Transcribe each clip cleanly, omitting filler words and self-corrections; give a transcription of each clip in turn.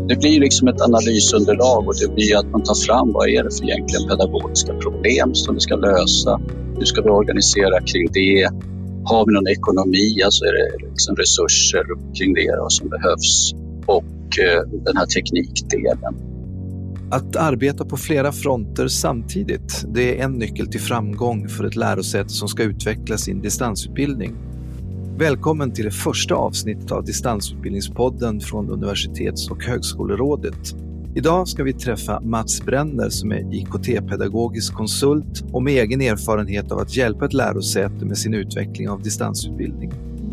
Det blir liksom ett analysunderlag och det blir att man tar fram vad är det för egentligen pedagogiska problem som vi ska lösa. Hur ska vi organisera kring det? Har vi någon ekonomi, alltså är det liksom resurser kring det som behövs och den här teknikdelen. Att arbeta på flera fronter samtidigt, det är en nyckel till framgång för ett lärosäte som ska utveckla sin distansutbildning. Välkommen till det första avsnittet av Distansutbildningspodden från Universitets- och högskolerådet. Idag ska vi träffa Mats Brenner som är IKT-pedagogisk konsult och med egen erfarenhet av att hjälpa ett lärosäte med sin utveckling av distansutbildning.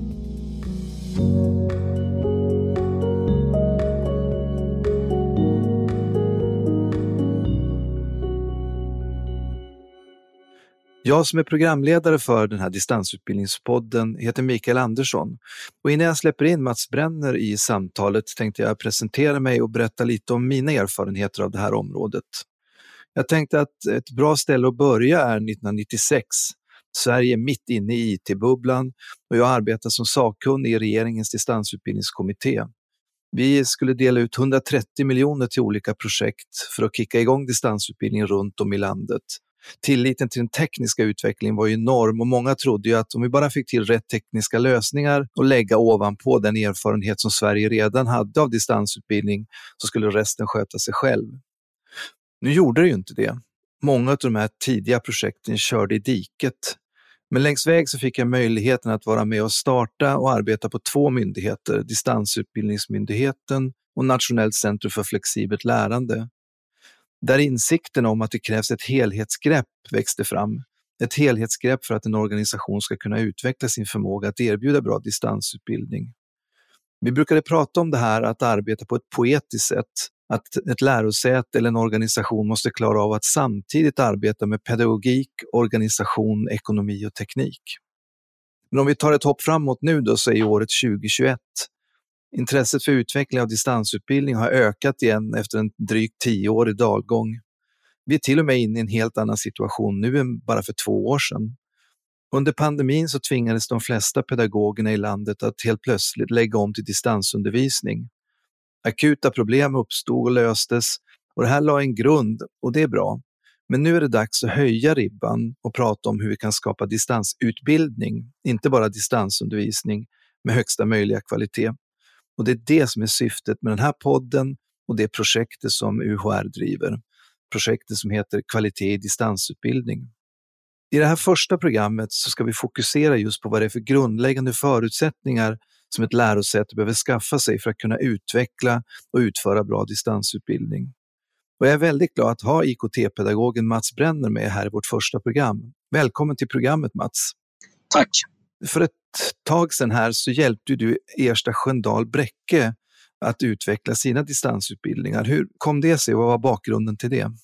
Jag som är programledare för den här distansutbildningspodden heter Mikael Andersson. Och innan jag släpper in Mats Brenner i samtalet tänkte jag presentera mig och berätta lite om mina erfarenheter av det här området. Jag tänkte att ett bra ställe att börja är 1996. Sverige är mitt inne i IT-bubblan och jag arbetar som sakkunnig i regeringens distansutbildningskommitté. Vi skulle dela ut 130 miljoner till olika projekt för att kicka igång distansutbildning runt om i landet. Tilliten till den tekniska utvecklingen var ju enorm och många trodde ju att om vi bara fick till rätt tekniska lösningar och lägga ovanpå den erfarenhet som Sverige redan hade av distansutbildning så skulle resten sköta sig själv. Nu gjorde det ju inte det. Många av de här tidiga projekten körde i diket. Men längs väg så fick jag möjligheten att vara med och starta och arbeta på 2 myndigheter, Distansutbildningsmyndigheten och Nationellt centrum för flexibelt lärande. Där insikten om att det krävs ett helhetsgrepp växte fram. Ett helhetsgrepp för att en organisation ska kunna utveckla sin förmåga att erbjuda bra distansutbildning. Vi brukade prata om det här att arbeta på ett poetiskt sätt. Att ett lärosäte eller en organisation måste klara av att samtidigt arbeta med pedagogik, organisation, ekonomi och teknik. Men om vi tar ett hopp framåt nu då så är året 2021. Intresset för utveckling av distansutbildning har ökat igen efter en drygt 10-årig dalgång. Vi är till och med inne i en helt annan situation nu än bara för 2 år sedan. Under pandemin så tvingades de flesta pedagogerna i landet att helt plötsligt lägga om till distansundervisning. Akuta problem uppstod och löstes och det här la en grund och det är bra. Men nu är det dags att höja ribban och prata om hur vi kan skapa distansutbildning, inte bara distansundervisning med högsta möjliga kvalitet. Och det är det som är syftet med den här podden och det projektet som UHR driver. Projektet som heter Kvalitet i distansutbildning. I det här första programmet så ska vi fokusera just på vad det är för grundläggande förutsättningar som ett lärosäte behöver skaffa sig för att kunna utveckla och utföra bra distansutbildning. Och jag är väldigt glad att ha IKT-pedagogen Mats Brenner med här i vårt första program. Välkommen till programmet Mats. Tack. För ett tag sedan här så hjälpte du Ersta Sköndal Bräcke att utveckla sina distansutbildningar. Hur kom det sig och vad var bakgrunden till det?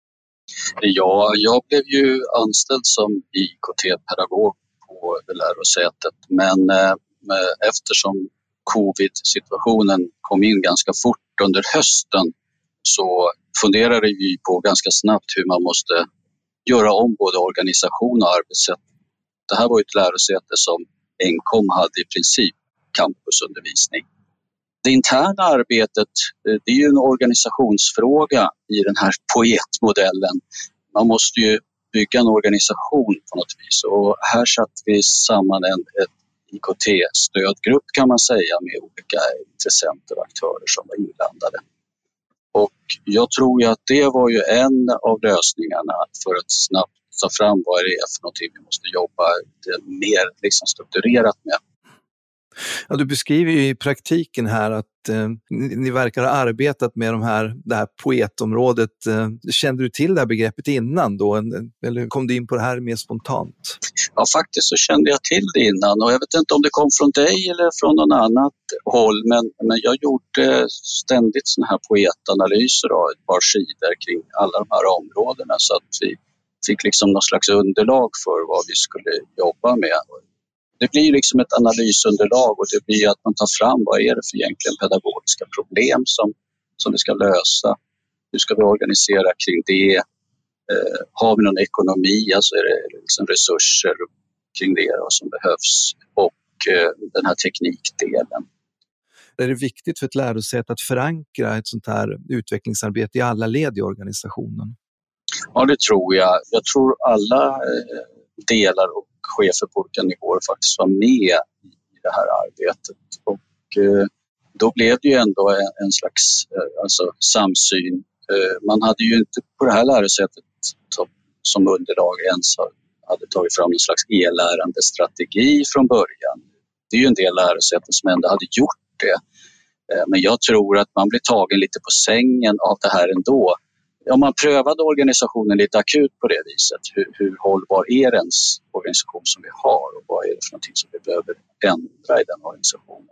Ja, jag blev ju anställd som IKT-pedagog på lärosätet men eftersom covid-situationen kom in ganska fort under hösten så funderade vi på ganska snabbt hur man måste göra om både organisation och arbetssätt. Det här var ett lärosäte som enkom hade i princip campusundervisning. Det interna arbetet, det är ju en organisationsfråga i den här poetmodellen. Man måste ju bygga en organisation på något vis och här satt vi samman en IKT-stödgrupp kan man säga med olika intressenter och aktörer som var inblandade. Och jag tror ju att det var ju en av lösningarna för att snabbt ta fram vad det är för någonting vi måste jobba mer liksom strukturerat med. Ja, du beskriver ju i praktiken här att ni verkar ha arbetat med det här poetområdet. Kände du till det här begreppet innan då? Eller kom du in på det här mer spontant? Ja, faktiskt så kände jag till det innan och jag vet inte om det kom från dig eller från någon annat håll men jag gjorde ständigt såna här poetanalyser och ett par sidor kring alla de här områdena så att vi fick liksom någon slags underlag för vad vi skulle jobba med. Det blir liksom ett analysunderlag och det blir att man tar fram vad är det för egentligen pedagogiska problem som vi ska lösa. Hur ska vi organisera kring det? Har vi någon ekonomi, alltså är det liksom resurser kring det som behövs och den här teknikdelen. Är det viktigt för ett lärosäte att förankra ett sånt här utvecklingsarbete i alla led i organisationen? Ja, det tror jag. Jag tror alla delar och chefer på olika nivåer faktiskt var med i det här arbetet. Och då blev det ju ändå en slags samsyn. Man hade ju inte på det här lärosätet som underlag ens hade tagit fram en slags e-lärande strategi från början. Det är ju en del lärosäten som ändå hade gjort det. Men jag tror att man blir tagen lite på sängen av det här ändå. Om man prövade organisationen lite akut på det viset, hur hållbar är ens organisation som vi har och vad är det för någonting som vi behöver ändra i den organisationen?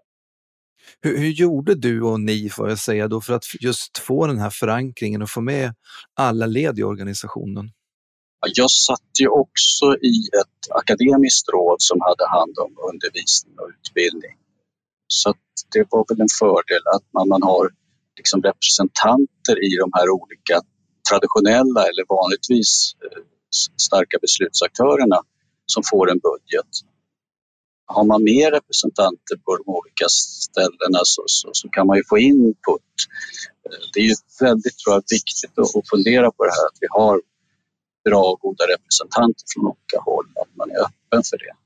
Hur gjorde du och ni, får jag säga då, för att just få den här förankringen och få med alla led i organisationen? Jag satt ju också i ett akademiskt råd som hade hand om undervisning och utbildning. Så att det var väl en fördel att man har liksom representanter i de här olika traditionella eller vanligtvis starka beslutsaktörerna som får en budget. Har man mer representanter på de olika ställena så kan man ju få input. Det är ju väldigt, tror jag, viktigt att fundera på det här, att vi har bra och goda representanter från olika håll, att man är öppen för det.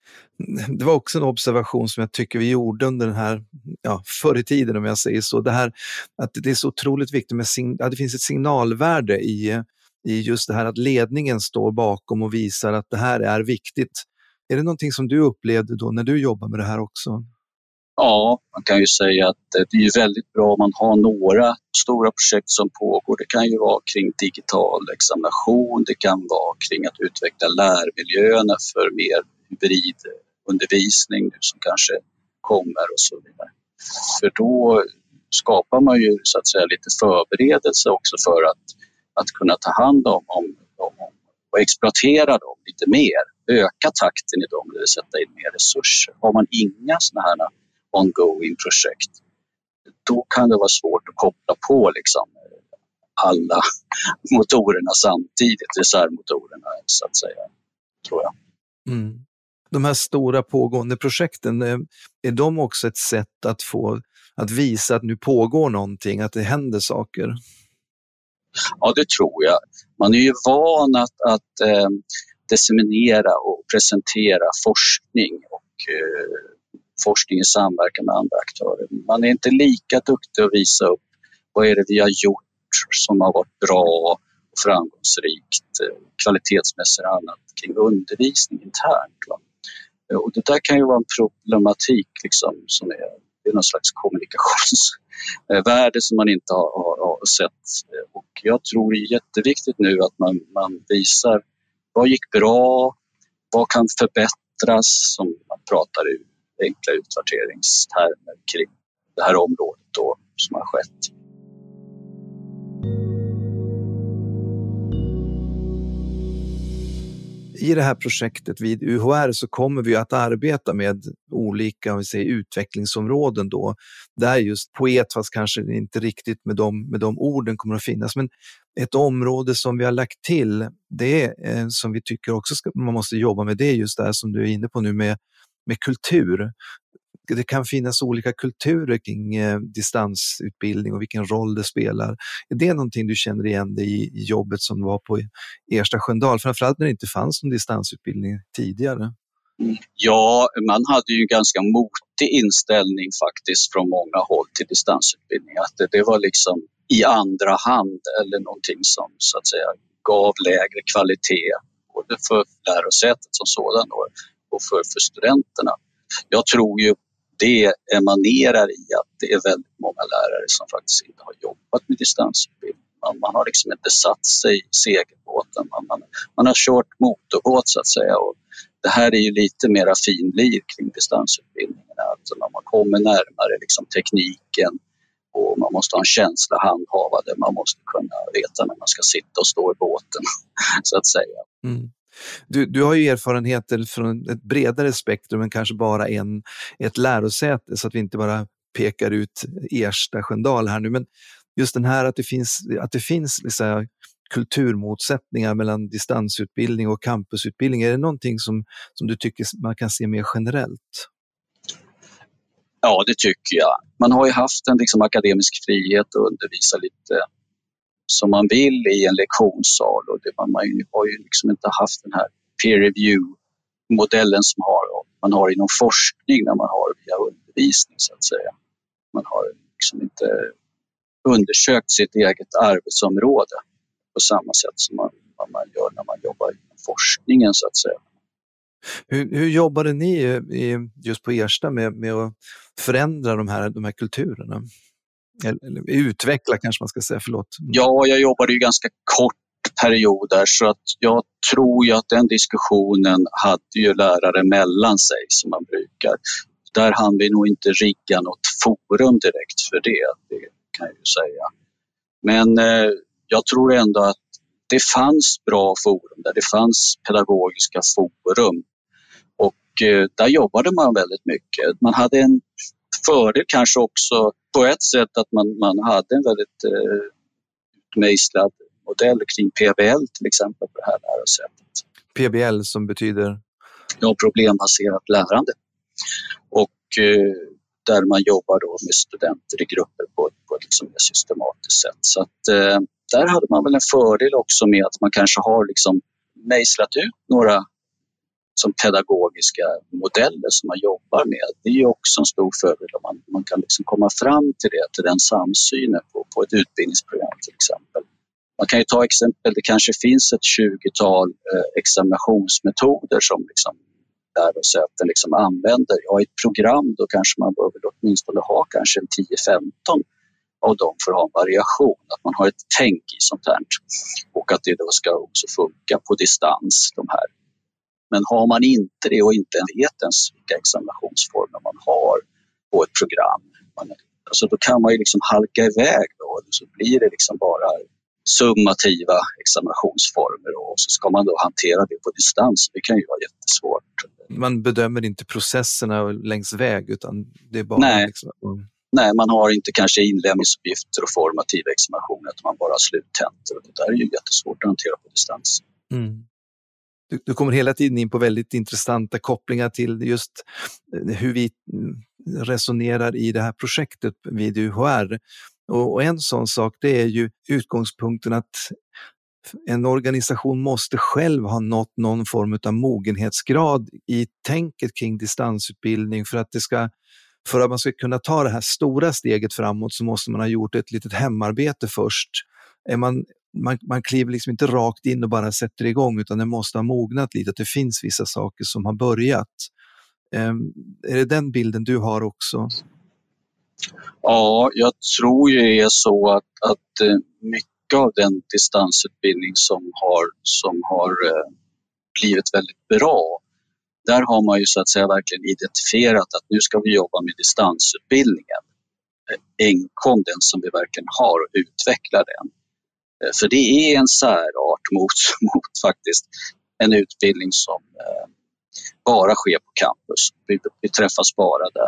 Det var också en observation som jag tycker vi gjorde under den här, förr i tiden om jag säger så. Det här att det är så otroligt viktigt att det finns ett signalvärde i just det här att ledningen står bakom och visar att det här är viktigt. Är det någonting som du upplevde då när du jobbar med det här också? Ja, man kan ju säga att det är ju väldigt bra om man har några stora projekt som pågår. Det kan ju vara kring digital examination, det kan vara kring att utveckla lärmiljöerna för mer hybridundervisning som kanske kommer och så vidare. För då skapar man ju så att säga lite förberedelse också för att kunna ta hand om och exploatera dem lite mer. Öka takten i dem eller sätta in mer resurser. Har man inga sådana här ongoing projekt, då kan det vara svårt att koppla på liksom alla motorerna samtidigt, reservmotorerna så att säga, tror jag. Mm. De här stora pågående projekten, är de också ett sätt att visa att nu pågår någonting, att det händer saker? Ja, det tror jag. Man är ju van att disseminera och presentera forskning och forskning i samverkan med andra aktörer. Man är inte lika duktig att visa upp vad är det vi har gjort som har varit bra och framgångsrikt, kvalitetsmässigt och annat kring undervisning internt. Va? Och det där kan ju vara en problematik liksom, som är någon slags kommunikationsvärde som man inte har sett. Och jag tror det är jätteviktigt nu att man visar vad gick bra, vad kan förbättras, som man pratar i enkla utvärderingstermer kring det här området då, som har skett. I det här projektet vid UHR så kommer vi att arbeta med olika utvecklingsområden då, där just poet, fast kanske inte riktigt med de orden kommer att finnas. Men ett område som vi har lagt till, det är, som vi tycker också man måste jobba med, det är just det här som du är inne på nu med kultur. Det kan finnas olika kulturer kring distansutbildning och vilken roll det spelar. Är det någonting du känner igen dig i jobbet som var på Ersta Sköndal? Framförallt när det inte fanns någon distansutbildning tidigare. Ja, man hade ju en ganska motig inställning faktiskt från många håll till distansutbildning. Att det var liksom i andra hand eller någonting som så att säga gav lägre kvalitet både för lärosätet som sådan och för studenterna. Jag tror ju det emanerar i att det är väldigt många lärare som faktiskt inte har jobbat med distansutbildning. Man har liksom inte satt sig i segelbåten. Man har kört motorbåt så att säga. Och det här är ju lite mera finlir kring distansutbildningen. Alltså man kommer närmare liksom tekniken och man måste ha en känsla handhava det. Man måste kunna veta när man ska sitta och stå i båten så att säga. Mm. Du har ju erfarenheter från ett bredare spektrum än kanske bara ett lärosäte, så att vi inte bara pekar ut Ersta Sköndal här nu. Men just den här att det finns liksom kulturmotsättningar mellan distansutbildning och campusutbildning. Är det någonting som du tycker man kan se mer generellt? Ja, det tycker jag. Man har ju haft en liksom akademisk frihet att undervisa lite som man vill i en lektionssal, och man har ju liksom inte haft den här peer review-modellen som man har inom forskning när man har via undervisning så att säga. Man har liksom inte undersökt sitt eget arbetsområde på samma sätt som man gör när man jobbar inom forskningen så att säga. Hur jobbade ni just på Ersta med att förändra de här kulturerna? Eller utveckla kanske man ska säga, förlåt. Ja, jag jobbade ju ganska kort period där, så att jag tror ju att den diskussionen hade ju lärare mellan sig som man brukar. Där hann vi nog inte rigga något forum direkt för det kan jag ju säga. Men jag tror ändå att det fanns bra forum där, det fanns pedagogiska forum. Och där jobbade man väldigt mycket. Man hade en fördel kanske också på ett sätt att man hade en väldigt utmejslad modell kring PBL till exempel på det här lärosätet. PBL som betyder? Ja, problembaserat lärande. Och där man jobbar då med studenter i grupper på ett liksom mer systematiskt sätt. Så att där hade man väl en fördel också med att man kanske har liksom mejslat ut några som pedagogiska modeller som man jobbar med. Det är ju också en stor fördel om man kan liksom komma fram till den samsynen på ett utbildningsprogram till exempel. Man kan ju ta exempel, det kanske finns ett 20-tal examinationsmetoder som liksom lärosäten liksom använder. Ja, i ett program då kanske man behöver åtminstone ha kanske en 10-15 av dem för att ha en variation. Att man har ett tänk i sånt här och att det då ska också funka på distans de här. Men har man inte det och inte vet ens vilka examinationsformer man har på ett program, alltså då kan man ju liksom halka iväg då, och så blir det liksom bara summativa examinationsformer och så ska man då hantera det på distans. Det kan ju vara jättesvårt. Man bedömer inte processerna längs väg utan det är bara... Nej. Liksom... Nej, man har inte kanske inlämningsuppgifter och formativa examinationer utan man bara har sluttentor. Det där är ju jättesvårt att hantera på distans. Mm. Du kommer hela tiden in på väldigt intressanta kopplingar till just hur vi resonerar i det här projektet vid UHR. Och en sån sak, det är ju utgångspunkten att en organisation måste själv ha nått någon form av mogenhetsgrad i tänket kring distansutbildning för att man ska kunna ta det här stora steget framåt så måste man ha gjort ett litet hemarbete först. Man kliver liksom inte rakt in och bara sätter igång utan det måste ha mognat lite, att det finns vissa saker som har börjat. Är det den bilden du har också? Ja, jag tror ju det är så att mycket av den distansutbildning som har blivit väldigt bra, där har man ju så att säga verkligen identifierat att nu ska vi jobba med distansutbildningen. Enkom den som vi verkligen har och utveckla den. För det är en särart mot faktiskt en utbildning som bara sker på campus. Vi träffas bara där.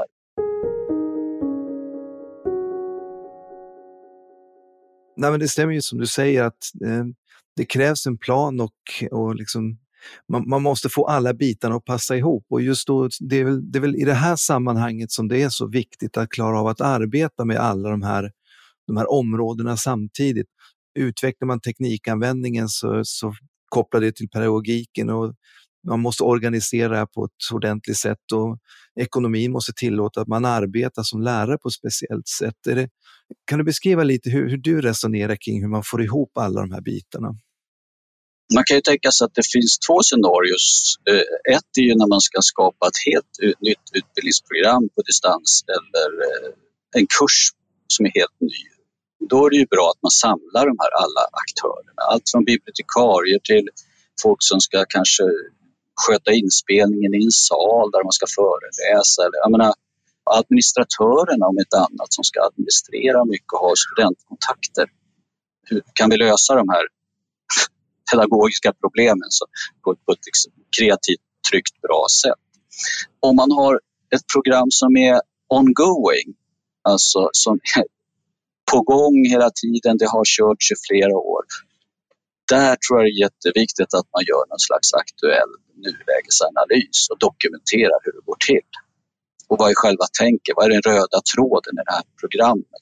Nej, men det stämmer ju som du säger att det krävs en plan och liksom, man måste få alla bitarna att passa ihop. Och just då, det är väl i det här sammanhanget som det är så viktigt att klara av att arbeta med alla de här områdena samtidigt. Utvecklar man teknikanvändningen så kopplar det till pedagogiken och man måste organisera på ett ordentligt sätt och ekonomin måste tillåta att man arbetar som lärare på ett speciellt sätt. Kan du beskriva lite hur du resonerar kring hur man får ihop alla de här bitarna? Man kan ju tänka sig att det finns två scenarios. Ett är ju när man ska skapa ett helt nytt utbildningsprogram på distans eller en kurs som är helt ny. Då är det ju bra att man samlar de här alla aktörerna. Allt från bibliotekarier till folk som ska kanske sköta inspelningen i en sal där man ska föreläsa. Eller, jag menar, administratörerna om ett annat som ska administrera mycket och ha studentkontakter. Hur kan vi lösa de här pedagogiska problemen på ett liksom kreativt, tryggt, bra sätt? Om man har ett program som är ongoing, alltså som är på gång hela tiden, det har körts i flera år. Där tror jag det är jätteviktigt att man gör någon slags aktuell nulägesanalys och dokumenterar hur det går till. Och vad är själva tänket? Vad är den röda tråden i det här programmet?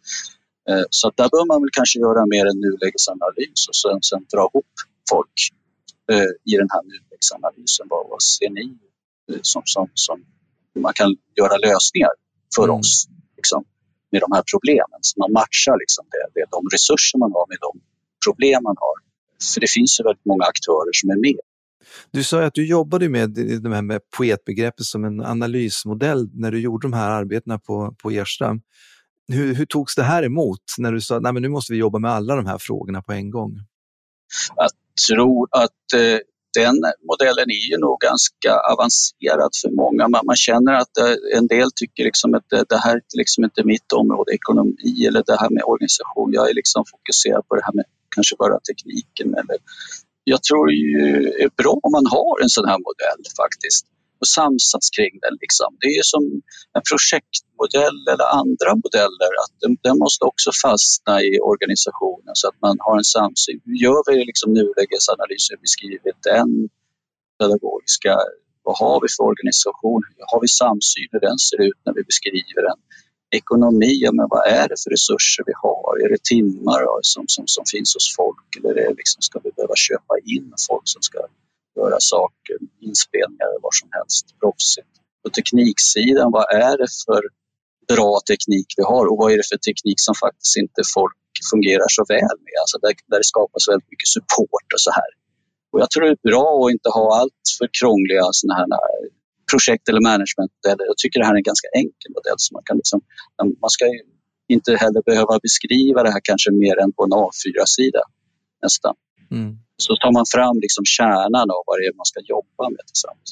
Så där bör man väl kanske göra mer en nulägesanalys och sen dra ihop folk i den här nulägesanalysen. Vad ser ni som man kan göra lösningar för oss liksom, med de här problemen? Så man matchar liksom de resurser man har med de problem man har. För det finns ju väldigt många aktörer som är med. Du sa att du jobbade med det här med poetbegreppet som en analysmodell när du gjorde de här arbetena på Ersta. Hur togs det här emot när du sa att nu måste vi jobba med alla de här frågorna på en gång? Jag tror att den modellen är ju nog ganska avancerad för många. Man känner att en del tycker liksom att det här är liksom inte mitt område, ekonomi eller det här med organisation. Jag är liksom fokuserad på det här med kanske bara tekniken. Eller jag tror det är bra om man har en sån här modell faktiskt och samsats kring den. Liksom. Det är som en projektmodell eller andra modeller. Att den måste också fastna i organisationen så att man har en samsyn. Hur gör vi liksom nulägesanalyser? Beskrivit den pedagogiska. Vad har vi för organisation? Har vi samsyn hur den ser ut när vi beskriver den? Ekonomi, men vad är det för resurser vi har? Är det timmar som finns hos folk? Eller är det liksom, ska vi behöva köpa in folk som ska göra saker, inspelningar eller vad som helst, proffsigt? På tekniksidan, vad är det för bra teknik vi har och vad är det för teknik som faktiskt inte folk fungerar så väl med? Alltså där det skapas väldigt mycket support och så här. Och jag tror det är bra att inte ha allt för krångliga såna här projekt eller management. Jag tycker det här är en ganska enkel modell så man kan liksom, man ska inte heller behöva beskriva det här kanske mer än på en A4-sida nästan. Så tar man fram liksom kärnan av vad det är man ska jobba med tillsammans.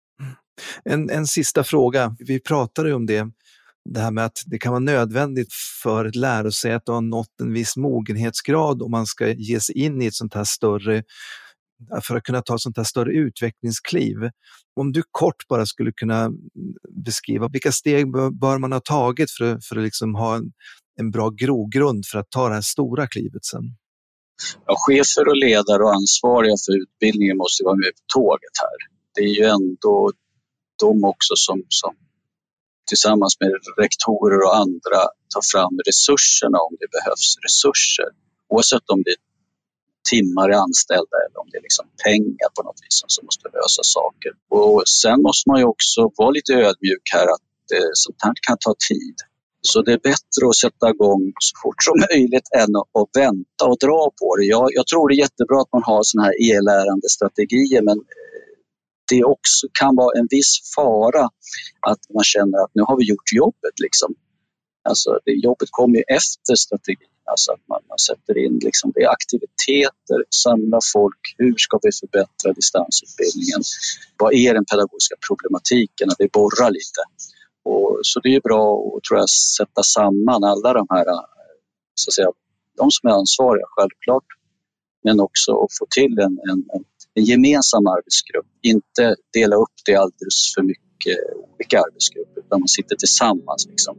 En sista fråga. Vi pratade ju om det här med att det kan vara nödvändigt för ett lärosäte att ha nått en viss mogenhetsgrad om man ska ge sig in i ett sånt här större, för att kunna ta ett sånt här större utvecklingskliv. Om du kort bara skulle kunna beskriva vilka steg bör man ha tagit för att liksom ha en bra grogrund för att ta det här stora klivet sen? Ja, chefer och ledare och ansvariga för utbildningen måste vara med på tåget här. Det är ju ändå de också som tillsammans med rektorer och andra tar fram resurserna om det behövs resurser. Oavsett om det är timmar i anställda eller om det är liksom pengar på något vis som måste lösa saker. Och sen måste man ju också vara lite ödmjuk här att sånt här kan ta tid. Så det är bättre att sätta igång så fort som möjligt än att vänta och dra på det. Jag tror det är jättebra att man har såna här e-lärande strategier, men det också kan vara en viss fara att man känner att nu har vi gjort jobbet liksom. Alltså jobbet kommer ju efter strategin. Alltså att man sätter in liksom, det är aktiviteter, samla folk, hur ska vi förbättra distansutbildningen? Vad är den pedagogiska problematiken? Att vi borrar lite. Så det är bra att tror jag, sätta samman alla de här, så att säga, de som är ansvariga självklart, men också att få till en gemensam arbetsgrupp. Inte dela upp det alldeles för mycket olika arbetsgrupper, utan man sitter tillsammans liksom.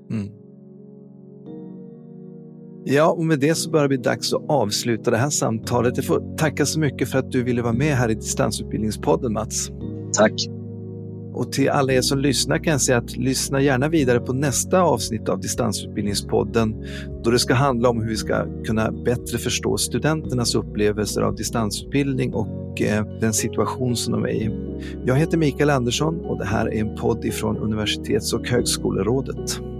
Ja, och med det så börjar det bli dags att avsluta det här samtalet. Jag får tacka så mycket för att du ville vara med här i Distansutbildningspodden, Mats. Tack. Och till alla er som lyssnar kan jag säga att lyssna gärna vidare på nästa avsnitt av Distansutbildningspodden, då det ska handla om hur vi ska kunna bättre förstå studenternas upplevelser av distansutbildning och den situation som de är i. Jag heter Mikael Andersson och det här är en podd ifrån Universitets- och högskolerådet.